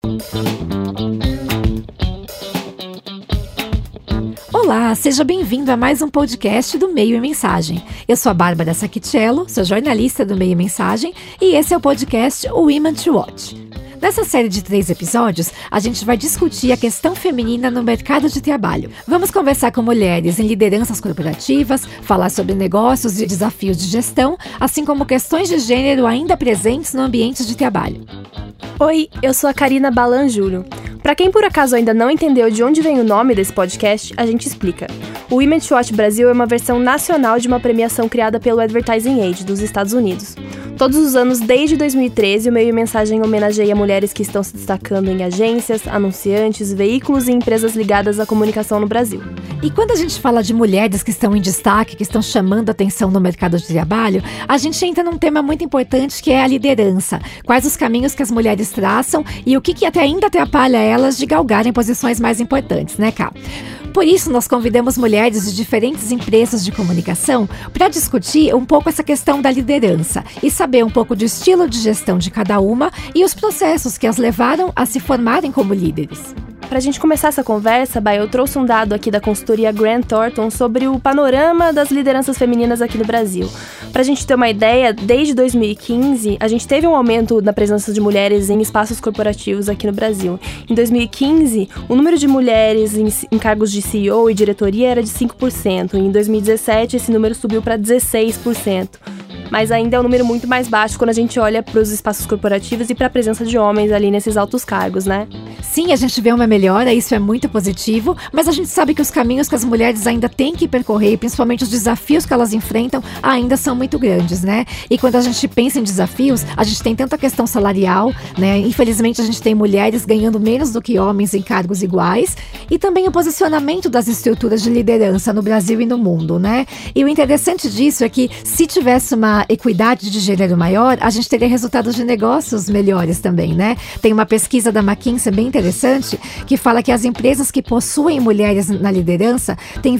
Olá, seja bem-vindo a mais um podcast do Meio e Mensagem. Eu sou a Bárbara Sacchitello, sou jornalista do Meio e Mensagem e esse é o podcast Women to Watch. Nessa série de 3 episódios, a gente vai discutir a questão feminina no mercado de trabalho. Vamos conversar com mulheres em lideranças corporativas, falar sobre negócios e desafios de gestão, assim como questões de gênero ainda presentes no ambiente de trabalho. Oi, eu sou a Karina Balan Júlio. Para quem por acaso ainda não entendeu de onde vem o nome desse podcast, a gente explica. O Women to Watch Brasil é uma versão nacional de uma premiação criada pelo Advertising Age dos Estados Unidos. Todos os anos, desde 2013, o Meio e Mensagem homenageia mulheres que estão se destacando em agências, anunciantes, veículos e empresas ligadas à comunicação no Brasil. E quando a gente fala de mulheres que estão em destaque, que estão chamando a atenção no mercado de trabalho, a gente entra num tema muito importante que é a liderança. Quais os caminhos que as mulheres traçam e o que até ainda atrapalha elas de galgarem posições mais importantes, né, Cá? Por isso, nós convidamos mulheres de diferentes empresas de comunicação para discutir um pouco essa questão da liderança e saber um pouco do estilo de gestão de cada uma e os processos que as levaram a se formarem como líderes. Para a gente começar essa conversa, eu trouxe um dado aqui da consultoria Grant Thornton sobre o panorama das lideranças femininas aqui no Brasil. Para a gente ter uma ideia, desde 2015, a gente teve um aumento na presença de mulheres em espaços corporativos aqui no Brasil. Em 2015, o número de mulheres em cargos de CEO e diretoria era de 5%, e em 2017 esse número subiu para 16%. Mas ainda é um número muito mais baixo quando a gente olha para os espaços corporativos e para a presença de homens ali nesses altos cargos, né? Sim, a gente vê uma melhora, isso é muito positivo, mas a gente sabe que os caminhos que as mulheres ainda têm que percorrer, principalmente os desafios que elas enfrentam, ainda são muito grandes, né? E quando a gente pensa em desafios, a gente tem tanto a questão salarial, né? Infelizmente, a gente tem mulheres ganhando menos do que homens em cargos iguais, e também o posicionamento das estruturas de liderança no Brasil e no mundo, né? E o interessante disso é que, se tivesse uma equidade de gênero maior, a gente teria resultados de negócios melhores também, né? Tem uma pesquisa da McKinsey bem interessante que fala que as empresas que possuem mulheres na liderança têm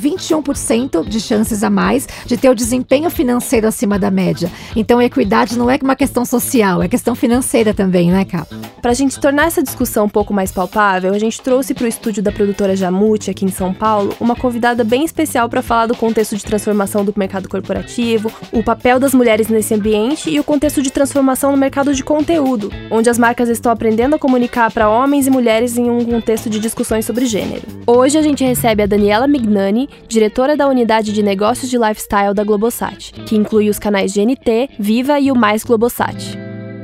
21% de chances a mais de ter o desempenho financeiro acima da média. Então, a equidade não é uma questão social, é questão financeira também, né, Cá? Para a gente tornar essa discussão um pouco mais palpável, a gente trouxe para o estúdio da produtora Jamute, aqui em São Paulo, uma convidada bem especial para falar do contexto de transformação do mercado corporativo, o papel das mulheres nesse ambiente e o contexto de transformação no mercado de conteúdo, onde as marcas estão aprendendo a comunicar para homens e mulheres em um contexto de discussões sobre gênero. Hoje a gente recebe a Daniela Mignani, diretora da unidade de negócios de lifestyle da Globosat, que inclui os canais GNT, Viva e o Mais Globosat.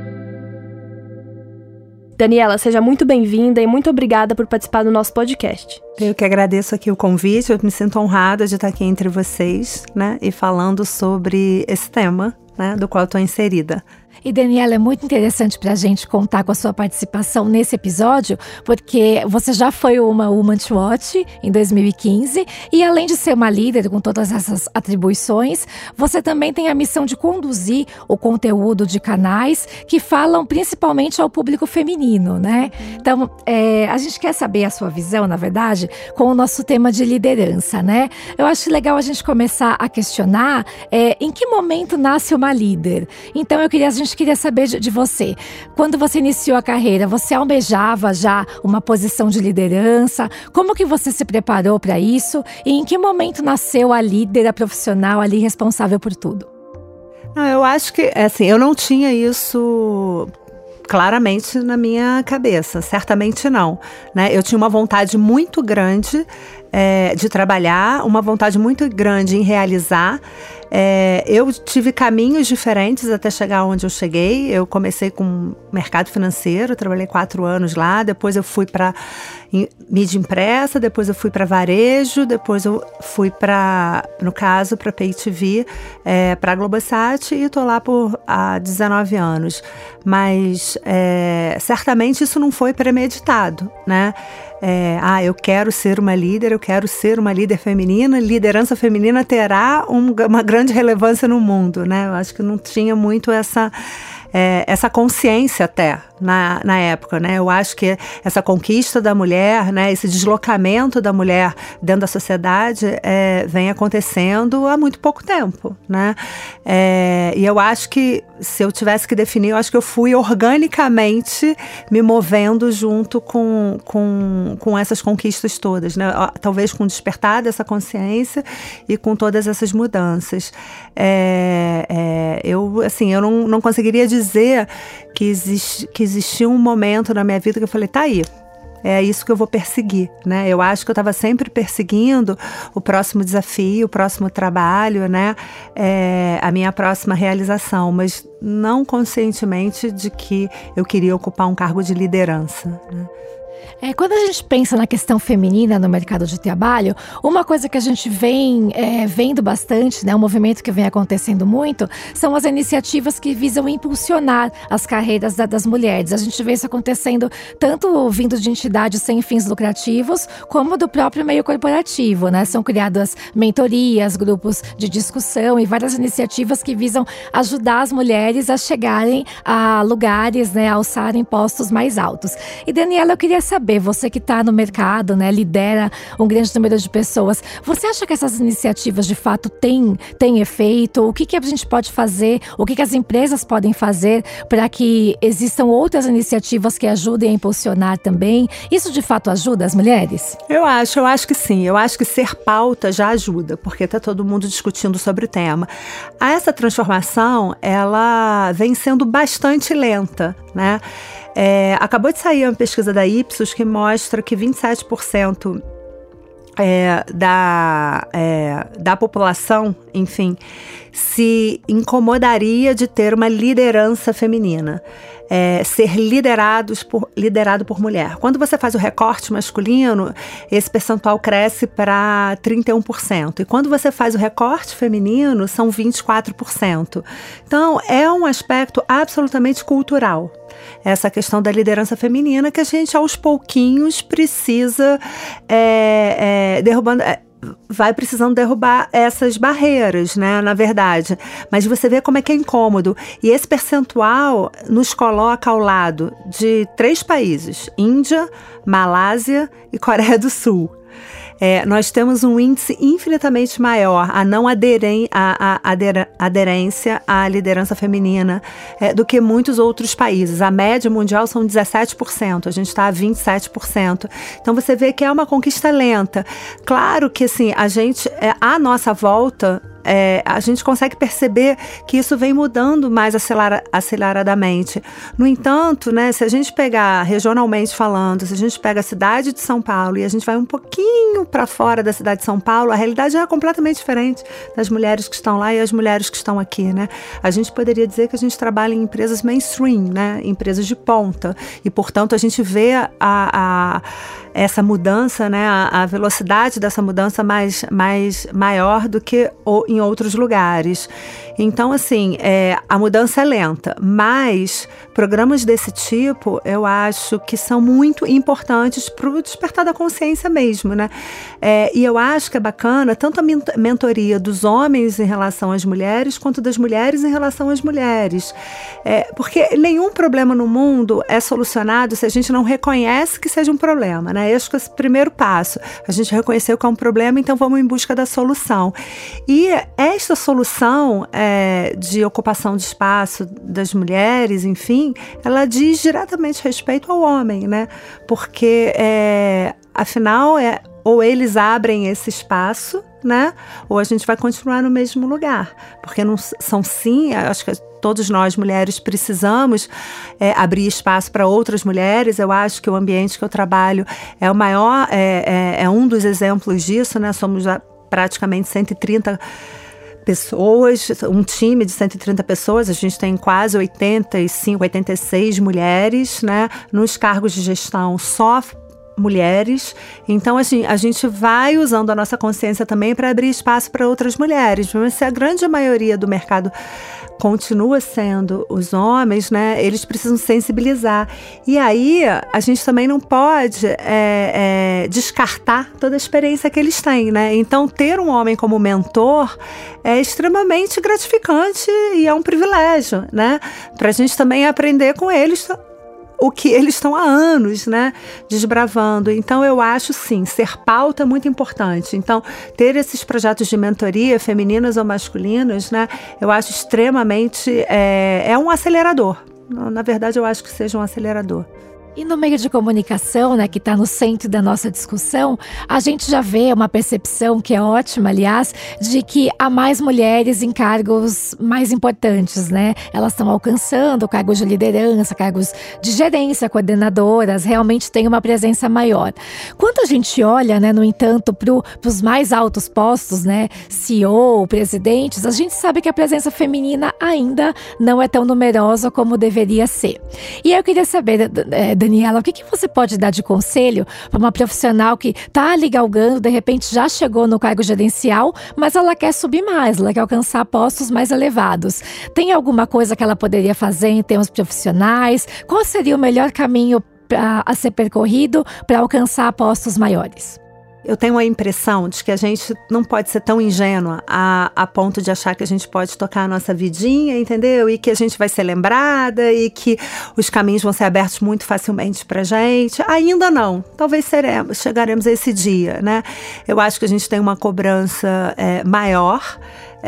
Daniela, seja muito bem-vinda e muito obrigada por participar do nosso podcast. Eu que agradeço aqui o convite, eu me sinto honrada de estar aqui entre vocês, né, e falando sobre esse tema, né, do qual eu estou inserida. E, Daniela, é muito interessante para a gente contar com a sua participação nesse episódio, porque você já foi uma Woman to Watch em 2015 e, além de ser uma líder com todas essas atribuições, você também tem a missão de conduzir o conteúdo de canais que falam principalmente ao público feminino, né? Então, a gente quer saber a sua visão, na verdade, com o nosso tema de liderança, né? Eu acho legal a gente começar a questionar em que momento nasce uma líder. Então, a gente queria saber de você. Quando você iniciou a carreira, você almejava já uma posição de liderança? Como que você se preparou para isso? E em que momento nasceu a líder, a profissional ali responsável por tudo? Eu acho que, assim, eu não tinha isso claramente na minha cabeça, certamente não, né? Eu tinha uma vontade muito grande de trabalhar, uma vontade muito grande em realizar. Eu tive caminhos diferentes até chegar onde eu cheguei. Eu comecei com mercado financeiro, trabalhei 4 anos lá, depois eu fui para mídia impressa, depois eu fui para varejo, depois eu fui no caso, para Pay TV, para a Globosat, e estou lá há 19 anos. Mas certamente isso não foi premeditado, né? Eu quero ser uma líder, eu quero ser uma líder feminina, liderança feminina terá uma grande relevância no mundo, né? Eu acho que não tinha muito essa consciência até, na época, né? Eu acho que essa conquista da mulher, né, esse deslocamento da mulher dentro da sociedade vem acontecendo há muito pouco tempo, né? E eu acho que, se eu tivesse que definir, eu acho que eu fui organicamente me movendo junto com essas conquistas todas, né? Talvez com o despertar dessa consciência e com todas essas mudanças. Eu não conseguiria dizer que existia um momento na minha vida que eu falei, tá aí, é isso que eu vou perseguir, né? Eu acho que eu estava sempre perseguindo o próximo desafio, o próximo trabalho, né? A minha próxima realização, mas não conscientemente de que eu queria ocupar um cargo de liderança, né? Quando a gente pensa na questão feminina no mercado de trabalho, uma coisa que a gente vem vendo bastante, né, um movimento que vem acontecendo muito, são as iniciativas que visam impulsionar as carreiras das mulheres. A gente vê isso acontecendo tanto vindo de entidades sem fins lucrativos, como do próprio meio corporativo, né? São criadas mentorias, grupos de discussão e várias iniciativas que visam ajudar as mulheres a chegarem a lugares, né, a alçarem postos mais altos. E, Daniela, eu queria saber, você que está no mercado, né, lidera um grande número de pessoas, você acha que essas iniciativas de fato têm efeito? O que a gente pode fazer? O que as empresas podem fazer para que existam outras iniciativas que ajudem a impulsionar também? Isso de fato ajuda as mulheres? Eu acho que sim. Eu acho que ser pauta já ajuda, porque está todo mundo discutindo sobre o tema. Essa transformação, ela vem sendo bastante lenta, né? Acabou de sair uma pesquisa da Ipsos que mostra que 27% da população, enfim, se incomodaria de ter uma liderança feminina. Ser liderado por mulher. Quando você faz o recorte masculino, esse percentual cresce para 31%. E quando você faz o recorte feminino, são 24%. Então, é um aspecto absolutamente cultural. Essa questão da liderança feminina que a gente, aos pouquinhos, precisa derrubando... vai precisando derrubar essas barreiras, né, na verdade. Mas você vê como é que é incômodo. E esse percentual nos coloca ao lado de 3 países, Índia, Malásia e Coreia do Sul. Nós temos um índice infinitamente maior a não aderência à liderança feminina do que muitos outros países. A média mundial são 17%, a gente está a 27%. Então você vê que é uma conquista lenta. Claro que assim, a gente, à nossa volta, a gente consegue perceber que isso vem mudando mais aceleradamente. No entanto, né, se a gente pegar regionalmente falando, se a gente pega a cidade de São Paulo e a gente vai um pouquinho para fora da cidade de São Paulo, a realidade é completamente diferente das mulheres que estão lá e as mulheres que estão aqui, né? A gente poderia dizer que a gente trabalha em empresas mainstream, né? Empresas de ponta. E, portanto, a gente vê essa mudança, né? A velocidade dessa mudança maior do que em outros lugares. Então, assim, a mudança é lenta, mas programas desse tipo, eu acho que são muito importantes para o despertar da consciência mesmo, né? E eu acho que é bacana tanto a mentoria dos homens em relação às mulheres, quanto das mulheres em relação às mulheres. Porque nenhum problema no mundo é solucionado se a gente não reconhece que seja um problema, né? Acho que esse primeiro passo, a gente reconheceu que é um problema, então vamos em busca da solução. E esta solução de ocupação de espaço das mulheres, enfim, ela diz diretamente respeito ao homem, né? Porque, afinal, ou eles abrem esse espaço, né? Ou a gente vai continuar no mesmo lugar. Porque não são sim, acho que todos nós, mulheres, precisamos abrir espaço para outras mulheres. Eu acho que o ambiente que eu trabalho é o maior, é um dos exemplos disso, né? Somos já praticamente 130 pessoas, um time de 130 pessoas, a gente tem quase 85, 86 mulheres, né? Nos cargos de gestão só mulheres. Então, assim, a gente vai usando a nossa consciência também para abrir espaço para outras mulheres. Mas se a grande maioria do mercado continua sendo os homens, né, eles precisam sensibilizar. E aí, a gente também não pode descartar toda a experiência que eles têm, né? Então, ter um homem como mentor é extremamente gratificante e é um privilégio, né? Para a gente também aprender com eles o que eles estão há anos, né, desbravando. Então, eu acho, sim, ser pauta é muito importante. Então, ter esses projetos de mentoria, femininas ou masculinas, né, eu acho extremamente, é um acelerador. Na verdade, eu acho que seja um acelerador. E no meio de comunicação, né, que está no centro da nossa discussão, a gente já vê uma percepção, que é ótima, aliás, de que há mais mulheres em cargos mais importantes, né? Elas estão alcançando cargos de liderança, cargos de gerência, coordenadoras, realmente tem uma presença maior. Quando a gente olha, né, no entanto, para os mais altos postos, né, CEO, presidentes, a gente sabe que a presença feminina ainda não é tão numerosa como deveria ser. E eu queria saber, Daniela, o que você pode dar de conselho para uma profissional que está ali galgando, de repente já chegou no cargo gerencial, mas ela quer subir mais, ela quer alcançar postos mais elevados. Tem alguma coisa que ela poderia fazer em termos profissionais? Qual seria o melhor caminho a ser percorrido para alcançar postos maiores? Eu tenho a impressão de que a gente não pode ser tão ingênua a ponto de achar que a gente pode tocar a nossa vidinha, entendeu? E que a gente vai ser lembrada e que os caminhos vão ser abertos muito facilmente pra gente. Ainda não. Talvez chegaremos a esse dia, né? Eu acho que a gente tem uma cobrança maior,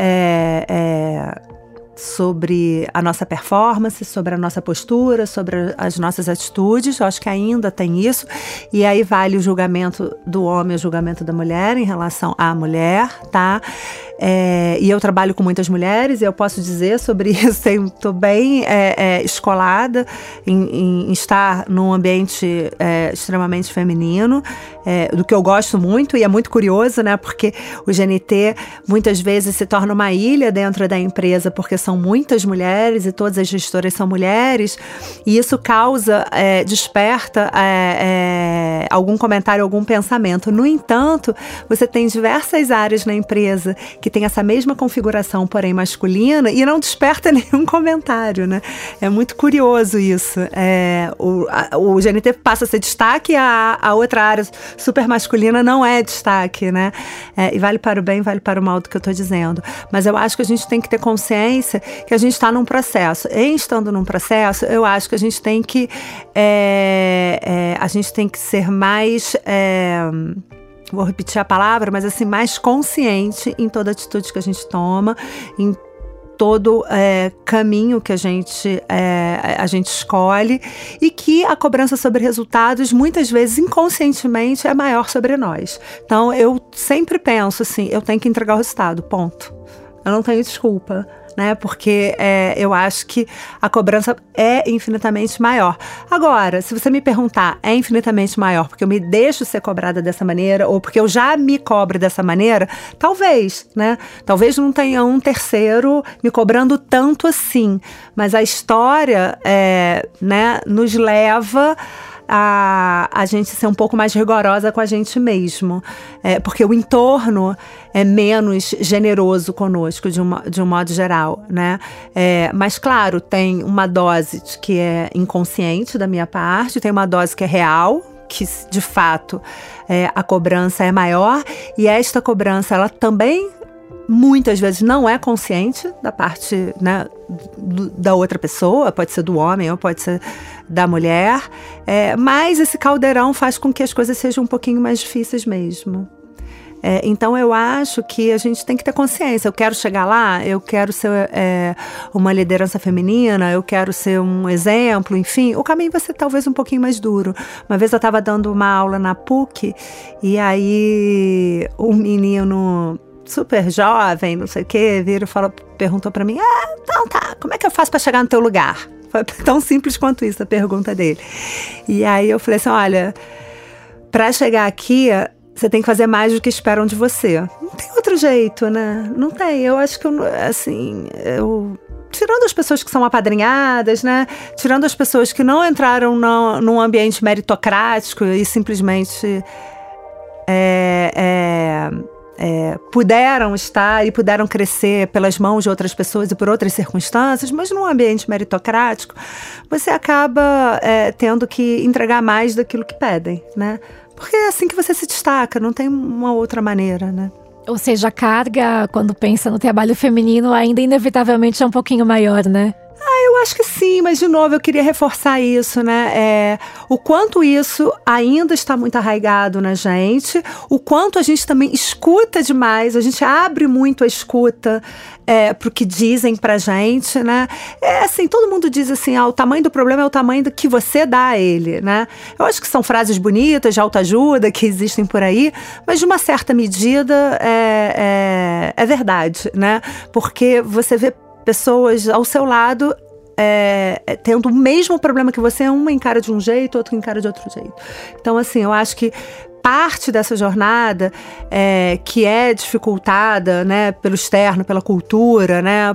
sobre a nossa performance, sobre a nossa postura, sobre as nossas atitudes. Eu acho que ainda tem isso. E aí vale o julgamento do homem e o julgamento da mulher em relação à mulher, tá? E eu trabalho com muitas mulheres e eu posso dizer sobre isso. Estou bem escolada em estar num ambiente extremamente feminino, do que eu gosto muito, e é muito curioso, né? Porque o GNT muitas vezes se torna uma ilha dentro da empresa, porque são muitas mulheres e todas as gestoras são mulheres, e isso desperta algum comentário, algum pensamento. No entanto, você tem diversas áreas na empresa que tem essa mesma configuração, porém masculina, e não desperta nenhum comentário, né? É muito curioso isso. O GNT passa a ser destaque, a outra área super masculina não é destaque, né? E vale para o bem, vale para o mal do que eu estou dizendo. Mas eu acho que a gente tem que ter consciência que a gente está num processo. Em estando num processo, eu acho que a gente tem que ser mais... vou repetir a palavra, mas assim, mais consciente em toda atitude que a gente toma, em todo caminho que a gente escolhe, e que a cobrança sobre resultados, muitas vezes, inconscientemente, é maior sobre nós. Então, eu sempre penso assim, eu tenho que entregar o resultado, ponto. Eu não tenho desculpa, né? Porque eu acho que a cobrança é infinitamente maior. Agora, se você me perguntar, é infinitamente maior porque eu me deixo ser cobrada dessa maneira, ou porque eu já me cobro dessa maneira, talvez, né? Talvez não tenha um terceiro me cobrando tanto assim, mas a história, né, nos leva a gente ser um pouco mais rigorosa com a gente mesmo, porque o entorno é menos generoso conosco de um modo geral, né? Mas claro, tem uma dose que é inconsciente da minha parte, tem uma dose que é real, que de fato a cobrança é maior, e esta cobrança ela também muitas vezes não é consciente da parte, né, da outra pessoa, pode ser do homem ou pode ser da mulher, mas esse caldeirão faz com que as coisas sejam um pouquinho mais difíceis mesmo. Então eu acho que a gente tem que ter consciência. Eu quero chegar lá, eu quero ser uma liderança feminina, eu quero ser um exemplo, enfim, o caminho vai ser talvez um pouquinho mais duro. Uma vez eu estava dando uma aula na PUC e aí um menino super jovem, não sei o que, perguntou pra mim, então tá, como é que eu faço pra chegar no teu lugar? Foi tão simples quanto isso a pergunta dele. E aí eu falei assim, olha, pra chegar aqui, você tem que fazer mais do que esperam de você. Não tem outro jeito, né? Não tem. Eu acho que, tirando as pessoas que são apadrinhadas, né? Tirando as pessoas que não entraram num ambiente meritocrático e simplesmente puderam estar e puderam crescer pelas mãos de outras pessoas e por outras circunstâncias, mas num ambiente meritocrático, você acaba tendo que entregar mais daquilo que pedem, né? Porque é assim que você se destaca, não tem uma outra maneira, né? Ou seja, a carga, quando pensa no trabalho feminino, ainda inevitavelmente é um pouquinho maior, né? Eu acho que sim, mas de novo eu queria reforçar isso, né? O quanto isso ainda está muito arraigado na gente, o quanto a gente também escuta demais, a gente abre muito a escuta pro que dizem pra gente, né? Assim, todo mundo diz assim, o tamanho do problema é o tamanho do que você dá a ele, né? Eu acho que são frases bonitas, de autoajuda, que existem por aí, mas de uma certa medida é verdade, né? Porque você vê pessoas ao seu lado tendo o mesmo problema que você, uma encara de um jeito, outra encara de outro jeito. Então, assim, eu acho que parte dessa jornada que é dificultada, né, pelo externo, pela cultura, né,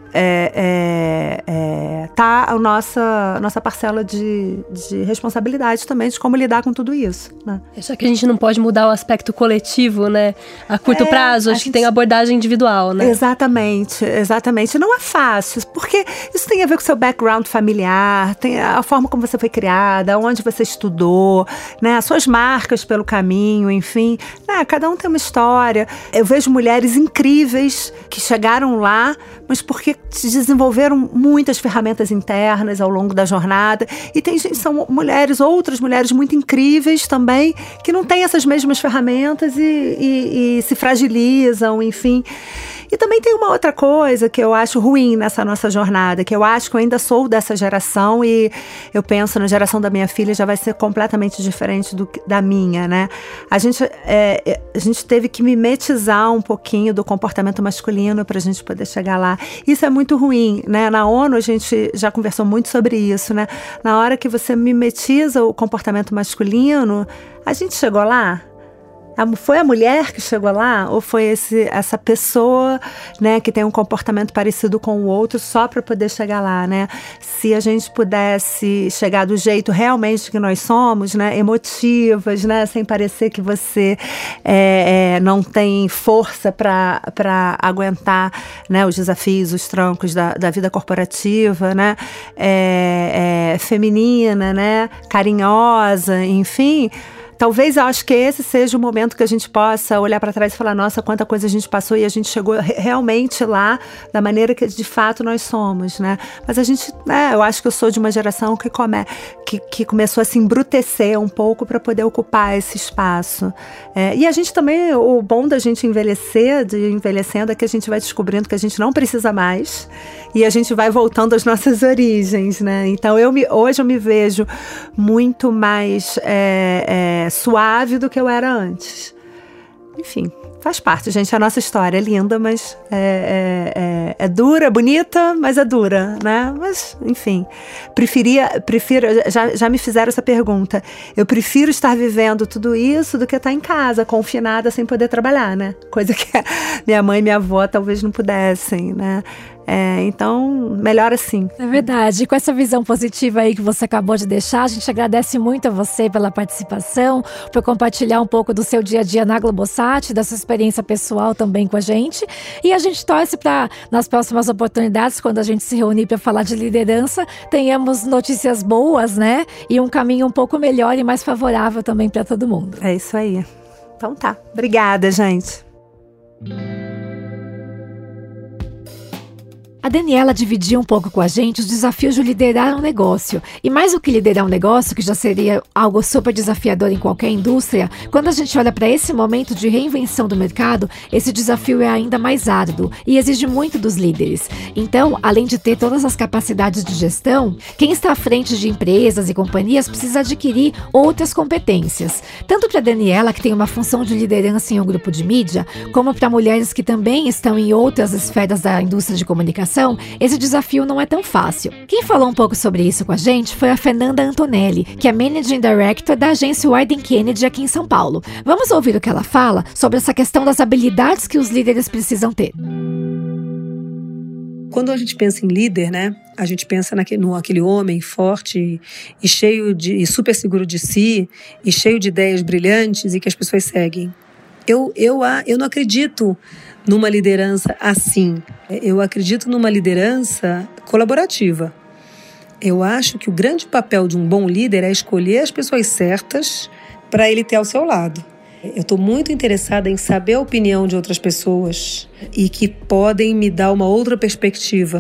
tá a nossa parcela de responsabilidade também de como lidar com tudo isso, né? Só que a gente não pode mudar o aspecto coletivo, né? A curto prazo, acho que tem abordagem individual, né? Exatamente. Não é fácil, porque isso tem a ver com o seu background familiar, tem a forma como você foi criada, onde você estudou, né? As suas marcas pelo caminho, enfim, né? Cada um tem uma história. Eu vejo mulheres incríveis que chegaram lá, mas porque desenvolveram muitas ferramentas internas ao longo da jornada. E são outras mulheres muito incríveis também, que não têm essas mesmas ferramentas e se fragilizam, enfim. E também tem uma outra coisa que eu acho ruim nessa nossa jornada, que eu acho que eu ainda sou dessa geração e eu penso na geração da minha filha já vai ser completamente diferente da minha, né? A gente teve que mimetizar um pouquinho do comportamento masculino para a gente poder chegar lá. Isso é muito ruim, né? Na ONU a gente já conversou muito sobre isso, né? Na hora que você mimetiza o comportamento masculino, a gente chegou lá? Foi a mulher que chegou lá? Ou foi essa pessoa, né, que tem um comportamento parecido com o outro só para poder chegar lá, né? Se a gente pudesse chegar do jeito realmente que nós somos, né, emotivas, né, sem parecer que você não tem força para aguentar, né, os desafios, os trancos da vida corporativa, né, feminina, né, carinhosa, enfim. Talvez eu acho que esse seja o momento que a gente possa olhar para trás e falar, nossa, quanta coisa a gente passou e a gente chegou realmente lá da maneira que de fato nós somos, né? Mas a gente, eu acho que eu sou de uma geração que começou a se embrutecer um pouco para poder ocupar esse espaço. E a gente também, o bom da gente envelhecendo é que a gente vai descobrindo que a gente não precisa mais e a gente vai voltando às nossas origens, né? Então hoje eu me vejo muito mais suave do que eu era antes. Enfim, faz parte, gente. A nossa história é linda, mas é dura, bonita, mas é dura, né? Mas, enfim, prefiro, já me fizeram essa pergunta. Eu prefiro estar vivendo tudo isso do que estar em casa, confinada, sem poder trabalhar, né? Coisa que minha mãe e minha avó talvez não pudessem, né? Então, melhor assim. É verdade. E com essa visão positiva aí que você acabou de deixar, a gente agradece muito a você pela participação, por compartilhar um pouco do seu dia a dia na Globosat, da sua experiência pessoal também com a gente. E a gente torce para, nas próximas oportunidades, quando a gente se reunir para falar de liderança, tenhamos notícias boas, né? E um caminho um pouco melhor e mais favorável também para todo mundo. É isso aí. Então tá. Obrigada, gente. A Daniela dividiu um pouco com a gente os desafios de liderar um negócio. E mais do que liderar um negócio, que já seria algo super desafiador em qualquer indústria, quando a gente olha para esse momento de reinvenção do mercado, esse desafio é ainda mais árduo e exige muito dos líderes. Então, além de ter todas as capacidades de gestão, quem está à frente de empresas e companhias precisa adquirir outras competências. Tanto para a Daniela, que tem uma função de liderança em um grupo de mídia, como para mulheres que também estão em outras esferas da indústria de comunicação, esse desafio não é tão fácil. Quem falou um pouco sobre isso com a gente foi a Fernanda Antonelli, que é Managing Director da agência Wieden Kennedy aqui em São Paulo. Vamos ouvir o que ela fala sobre essa questão das habilidades que os líderes precisam ter. Quando a gente pensa em líder, né, a gente pensa naquele homem forte e cheio e super seguro de si e cheio de ideias brilhantes e que as pessoas seguem. Eu não acredito numa liderança assim. Eu acredito numa liderança colaborativa. Eu acho que o grande papel de um bom líder é escolher as pessoas certas para ele ter ao seu lado. Eu estou muito interessada em saber a opinião de outras pessoas e que podem me dar uma outra perspectiva,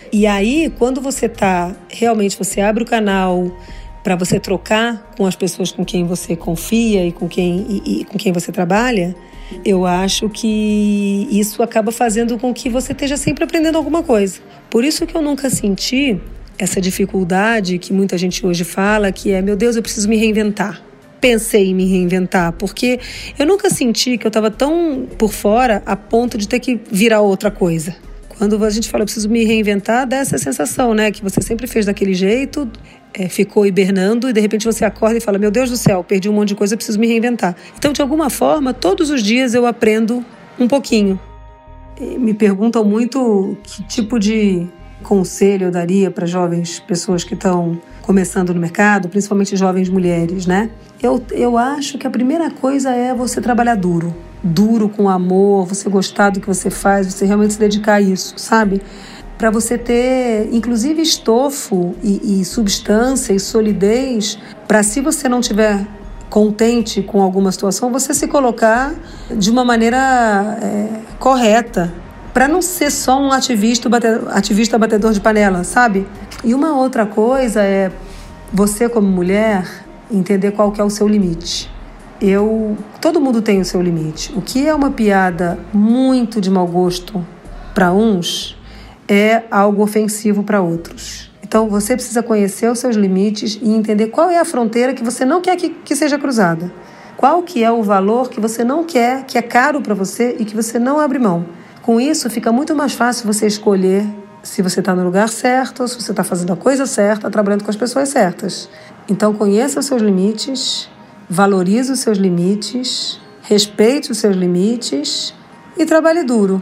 E aí, quando realmente você abre o canal para você trocar com as pessoas com quem você confia e com quem você trabalha, eu acho que isso acaba fazendo com que você esteja sempre aprendendo alguma coisa. Por isso que eu nunca senti essa dificuldade que muita gente hoje fala, que é, meu Deus, eu preciso me reinventar. Pensei em me reinventar, porque eu nunca senti que eu estava tão por fora a ponto de ter que virar outra coisa. Quando a gente fala, eu preciso me reinventar, dá essa sensação, né? Que você sempre fez daquele jeito, ficou hibernando e de repente você acorda e fala, meu Deus do céu, perdi um monte de coisa, eu preciso me reinventar. Então, de alguma forma, todos os dias eu aprendo um pouquinho. Me perguntam muito que tipo de conselho eu daria para jovens pessoas que estão começando no mercado, principalmente jovens mulheres, né? Eu acho que a primeira coisa é você trabalhar duro. Duro, com amor, você gostar do que você faz, você realmente se dedicar a isso, sabe? Para você ter, inclusive, estofo e substância e solidez, para se você não tiver contente com alguma situação, você se colocar de uma maneira correta, para não ser só um ativista batedor de panela, sabe? E uma outra coisa é você, como mulher, entender qual que é o seu limite. Todo mundo tem o seu limite. O que é uma piada muito de mau gosto para uns é algo ofensivo para outros. Então você precisa conhecer os seus limites e entender qual é a fronteira que você não quer que seja cruzada. Qual que é o valor que você não quer, que é caro para você e que você não abre mão. Com isso fica muito mais fácil você escolher se você está no lugar certo, se você está fazendo a coisa certa, trabalhando com as pessoas certas. Então conheça os seus limites, valorize os seus limites, respeite os seus limites e trabalhe duro.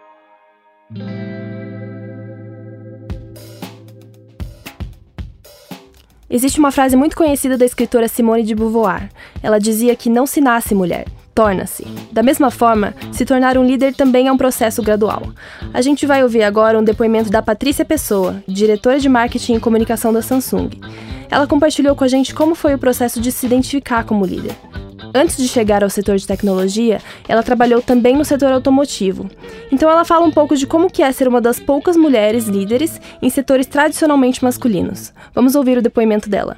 Existe uma frase muito conhecida da escritora Simone de Beauvoir. Ela dizia que não se nasce mulher, torna-se. Da mesma forma, se tornar um líder também é um processo gradual. A gente vai ouvir agora um depoimento da Patrícia Pessoa, diretora de marketing e comunicação da Samsung. Ela compartilhou com a gente como foi o processo de se identificar como líder. Antes de chegar ao setor de tecnologia, ela trabalhou também no setor automotivo. Então ela fala um pouco de como que é ser uma das poucas mulheres líderes em setores tradicionalmente masculinos. Vamos ouvir o depoimento dela.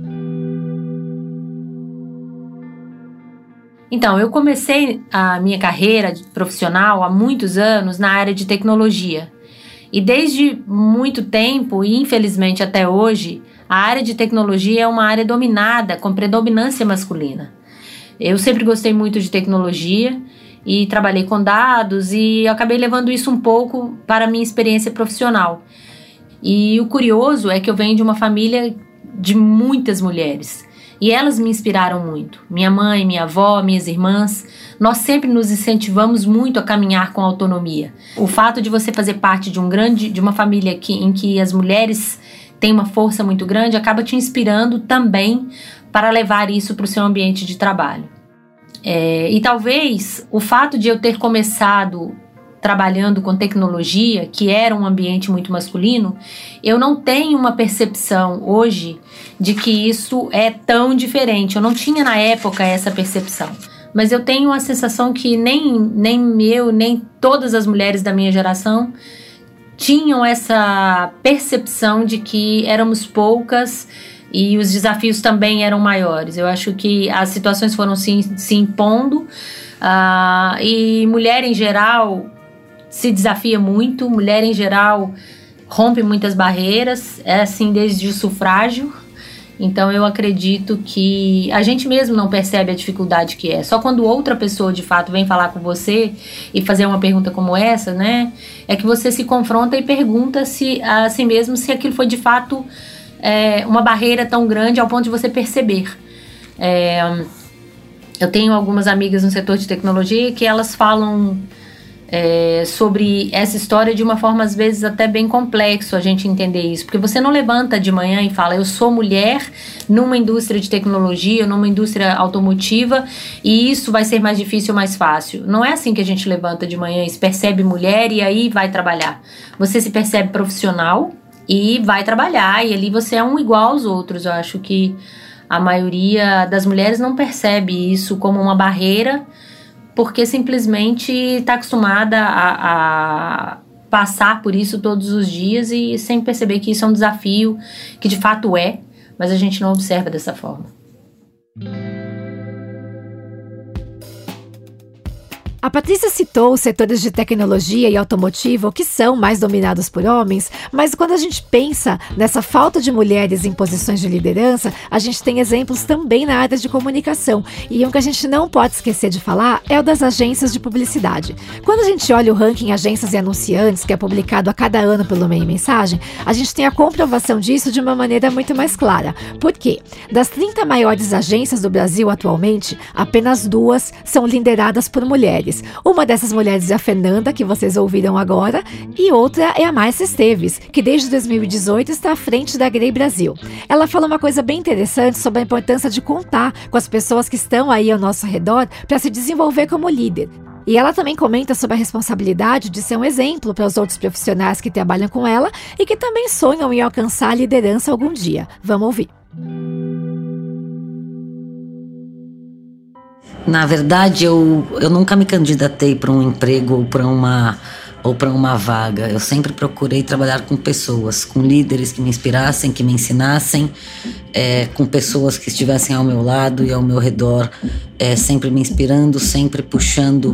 Então, eu comecei a minha carreira profissional há muitos anos na área de tecnologia. E desde muito tempo, e infelizmente até hoje, a área de tecnologia é uma área dominada com predominância masculina. Eu sempre gostei muito de tecnologia e trabalhei com dados e acabei levando isso um pouco para a minha experiência profissional. E o curioso é que eu venho de uma família de muitas mulheres e elas me inspiraram muito. Minha mãe, minha avó, minhas irmãs, nós sempre nos incentivamos muito a caminhar com autonomia. O fato de você fazer parte de uma família em que as mulheres têm uma força muito grande acaba te inspirando também para levar isso para o seu ambiente de trabalho. E talvez o fato de eu ter começado trabalhando com tecnologia, que era um ambiente muito masculino, eu não tenho uma percepção hoje de que isso é tão diferente. Eu não tinha na época essa percepção. Mas eu tenho a sensação que nem todas as mulheres da minha geração tinham essa percepção de que éramos poucas e os desafios também eram maiores. Eu acho que as situações foram se impondo e mulher em geral se desafia muito, mulher em geral rompe muitas barreiras, é assim desde o sufrágio. Então eu acredito que a gente mesmo não percebe a dificuldade que é. Só quando outra pessoa de fato vem falar com você e fazer uma pergunta como essa, né, é que você se confronta e pergunta a si mesmo se aquilo foi de fato uma barreira tão grande ao ponto de você perceber. Eu tenho algumas amigas no setor de tecnologia que elas falam sobre essa história de uma forma às vezes até bem complexo a gente entender isso, porque você não levanta de manhã e fala eu sou mulher numa indústria de tecnologia, numa indústria automotiva e isso vai ser mais difícil ou mais fácil. Não é assim que a gente levanta de manhã e se percebe mulher e aí vai trabalhar. Você se percebe profissional e vai trabalhar e ali você é um igual aos outros. Eu acho que a maioria das mulheres não percebe isso como uma barreira porque simplesmente está acostumada passar por isso todos os dias e sem perceber que isso é um desafio, que de fato é, mas a gente não observa dessa forma. A Patrícia citou os setores de tecnologia e automotivo que são mais dominados por homens, mas quando a gente pensa nessa falta de mulheres em posições de liderança, a gente tem exemplos também na área de comunicação. E um que a gente não pode esquecer de falar é o das agências de publicidade. Quando a gente olha o ranking Agências e Anunciantes, que é publicado a cada ano pelo Meio Mensagem, a gente tem a comprovação disso de uma maneira muito mais clara. Por quê? Das 30 maiores agências do Brasil atualmente, apenas 2 são lideradas por mulheres. Uma dessas mulheres é a Fernanda, que vocês ouviram agora, e outra é a Márcia Esteves, que desde 2018 está à frente da Grey Brasil. Ela fala uma coisa bem interessante sobre a importância de contar com as pessoas que estão aí ao nosso redor para se desenvolver como líder. E ela também comenta sobre a responsabilidade de ser um exemplo para os outros profissionais que trabalham com ela e que também sonham em alcançar a liderança algum dia. Vamos ouvir. Na verdade, eu nunca me candidatei para um emprego ou para uma vaga. Eu sempre procurei trabalhar com pessoas, com líderes que me inspirassem, que me ensinassem, com pessoas que estivessem ao meu lado e ao meu redor, sempre me inspirando, sempre puxando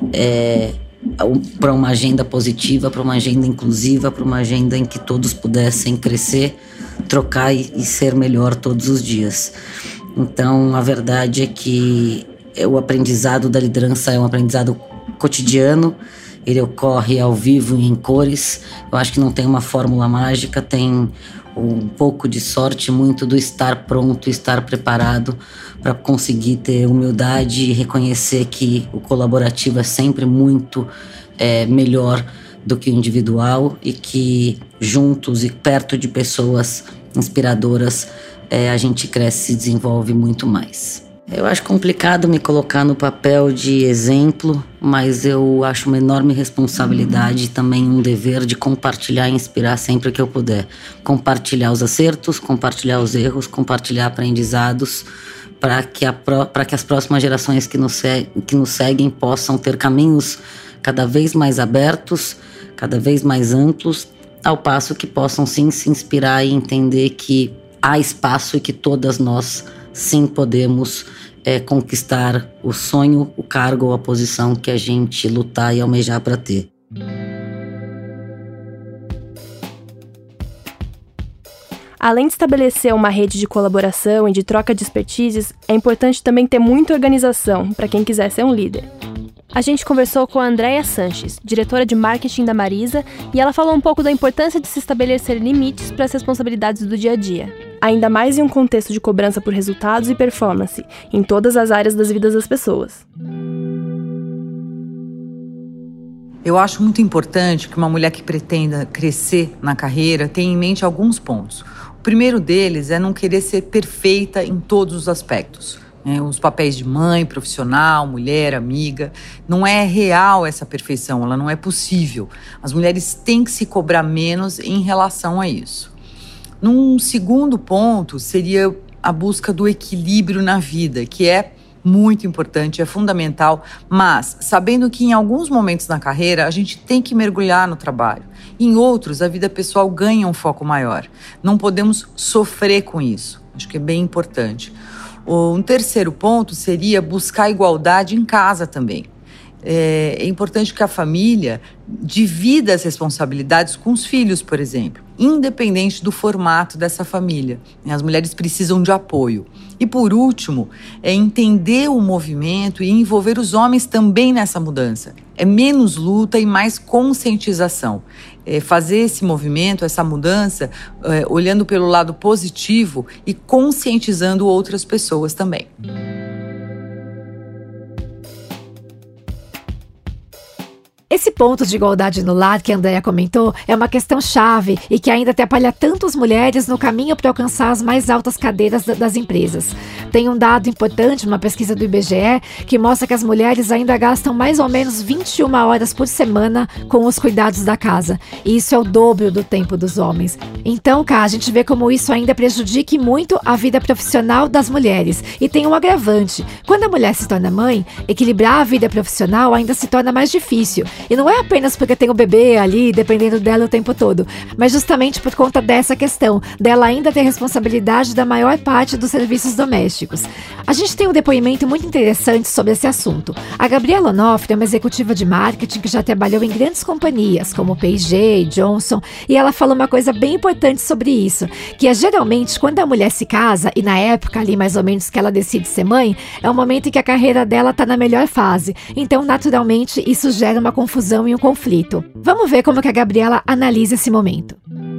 para uma agenda positiva, para uma agenda inclusiva, para uma agenda em que todos pudessem crescer, trocar e ser melhor todos os dias. Então, a verdade é que o aprendizado da liderança é um aprendizado cotidiano, ele ocorre ao vivo e em cores. Eu acho que não tem uma fórmula mágica, tem um pouco de sorte, muito do estar pronto, estar preparado para conseguir ter humildade e reconhecer que o colaborativo é sempre muito melhor do que o individual e que juntos e perto de pessoas inspiradoras a gente cresce e se desenvolve muito mais. Eu acho complicado me colocar no papel de exemplo, mas eu acho uma enorme responsabilidade e também um dever de compartilhar e inspirar sempre que eu puder. Compartilhar os acertos, compartilhar os erros, compartilhar aprendizados para que as próximas gerações que nos seguem possam ter caminhos cada vez mais abertos, cada vez mais amplos, ao passo que possam sim se inspirar e entender que há espaço e que todas nós sim podemos conquistar o sonho, o cargo ou a posição que a gente lutar e almejar para ter. Além de estabelecer uma rede de colaboração e de troca de expertises, é importante também ter muita organização para quem quiser ser um líder. A gente conversou com a Andréia Sanches, diretora de marketing da Marisa, e ela falou um pouco da importância de se estabelecer limites para as responsabilidades do dia a dia. Ainda mais em um contexto de cobrança por resultados e performance, em todas as áreas das vidas das pessoas. Eu acho muito importante que uma mulher que pretenda crescer na carreira tenha em mente alguns pontos. O primeiro deles é não querer ser perfeita em todos os aspectos. Os papéis de mãe, profissional, mulher, amiga. Não é real essa perfeição, ela não é possível. As mulheres têm que se cobrar menos em relação a isso. Num segundo ponto, seria a busca do equilíbrio na vida, que é muito importante, é fundamental, mas sabendo que em alguns momentos na carreira a gente tem que mergulhar no trabalho. Em outros, a vida pessoal ganha um foco maior. Não podemos sofrer com isso. Acho que é bem importante. Um terceiro ponto seria buscar igualdade em casa também. É importante que a família divida as responsabilidades com os filhos, por exemplo, independente do formato dessa família. As mulheres precisam de apoio. E por último, é entender o movimento e envolver os homens também nessa mudança. É menos luta e mais conscientização. Fazer esse movimento, essa mudança, olhando pelo lado positivo e conscientizando outras pessoas também. Esse ponto de igualdade no lar que a Andréia comentou é uma questão chave e que ainda atrapalha tanto as mulheres no caminho para alcançar as mais altas cadeiras das empresas. Tem um dado importante, uma pesquisa do IBGE, que mostra que as mulheres ainda gastam mais ou menos 21 horas por semana com os cuidados da casa. E isso é o dobro do tempo dos homens. Então, a gente vê como isso ainda prejudica muito a vida profissional das mulheres. E tem um agravante. Quando a mulher se torna mãe, equilibrar a vida profissional ainda se torna mais difícil. E não é apenas porque tem o bebê ali, dependendo dela o tempo todo, mas justamente por conta dessa questão, dela ainda ter responsabilidade da maior parte dos serviços domésticos. A gente tem um depoimento muito interessante sobre esse assunto. A Gabriela Onofre é uma executiva de marketing que já trabalhou em grandes companhias, como P&G, Johnson, e ela falou uma coisa bem importante sobre isso, que é geralmente quando a mulher se casa, e na época ali mais ou menos que ela decide ser mãe, é o momento em que a carreira dela está na melhor fase. Então, naturalmente, isso gera uma confusão e um conflito. Vamos ver como que a Gabriela analisa esse momento.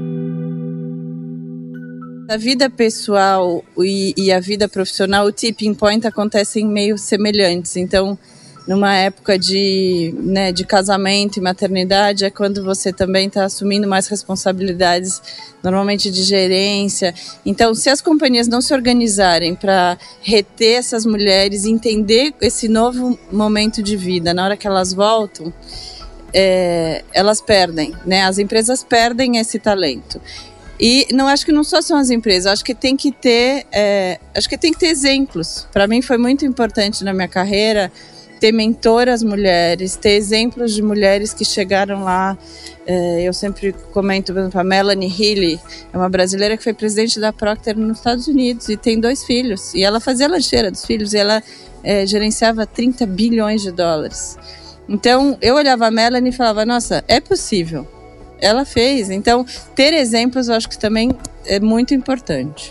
A vida pessoal e a vida profissional, o tipping point acontecem meio semelhantes. Então, numa época de casamento e maternidade, é quando você também está assumindo mais responsabilidades, normalmente de gerência. Então, se as companhias não se organizarem para reter essas mulheres, entender esse novo momento de vida, na hora que elas voltam, elas perdem, né? As empresas perdem esse talento. E acho que não só são as empresas, acho que tem que ter exemplos. Para mim foi muito importante na minha carreira ter mentoras mulheres, ter exemplos de mulheres que chegaram lá. Eu sempre comento, por exemplo, a Melanie Healy, é uma brasileira que foi presidente da Procter nos Estados Unidos e tem 2 filhos. E ela fazia a lancheira dos filhos e ela gerenciava 30 bilhões de dólares. Então, eu olhava a Melanie e falava, nossa, é possível. Ela fez. Então, ter exemplos eu acho que também é muito importante.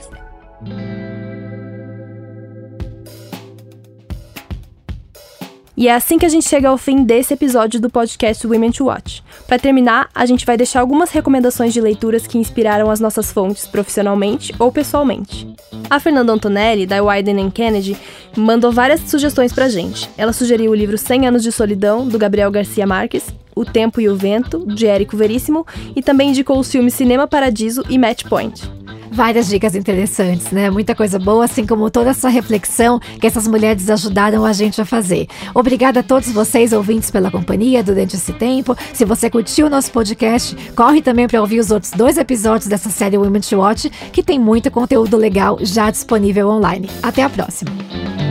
E é assim que a gente chega ao fim desse episódio do podcast Women to Watch. Para terminar, a gente vai deixar algumas recomendações de leituras que inspiraram as nossas fontes profissionalmente ou pessoalmente. A Fernanda Antonelli, da Wieden & Kennedy, mandou várias sugestões pra gente. Ela sugeriu o livro 100 Anos de Solidão, do Gabriel Garcia Marques, O Tempo e o Vento, de Érico Veríssimo, e também indicou os filmes Cinema Paradiso e Match Point. Várias dicas interessantes, né? Muita coisa boa, assim como toda essa reflexão que essas mulheres ajudaram a gente a fazer. Obrigada a todos vocês, ouvintes, pela companhia durante esse tempo. Se você curtiu o nosso podcast, corre também para ouvir os outros 2 episódios dessa série Women to Watch, que tem muito conteúdo legal já disponível online. Até a próxima!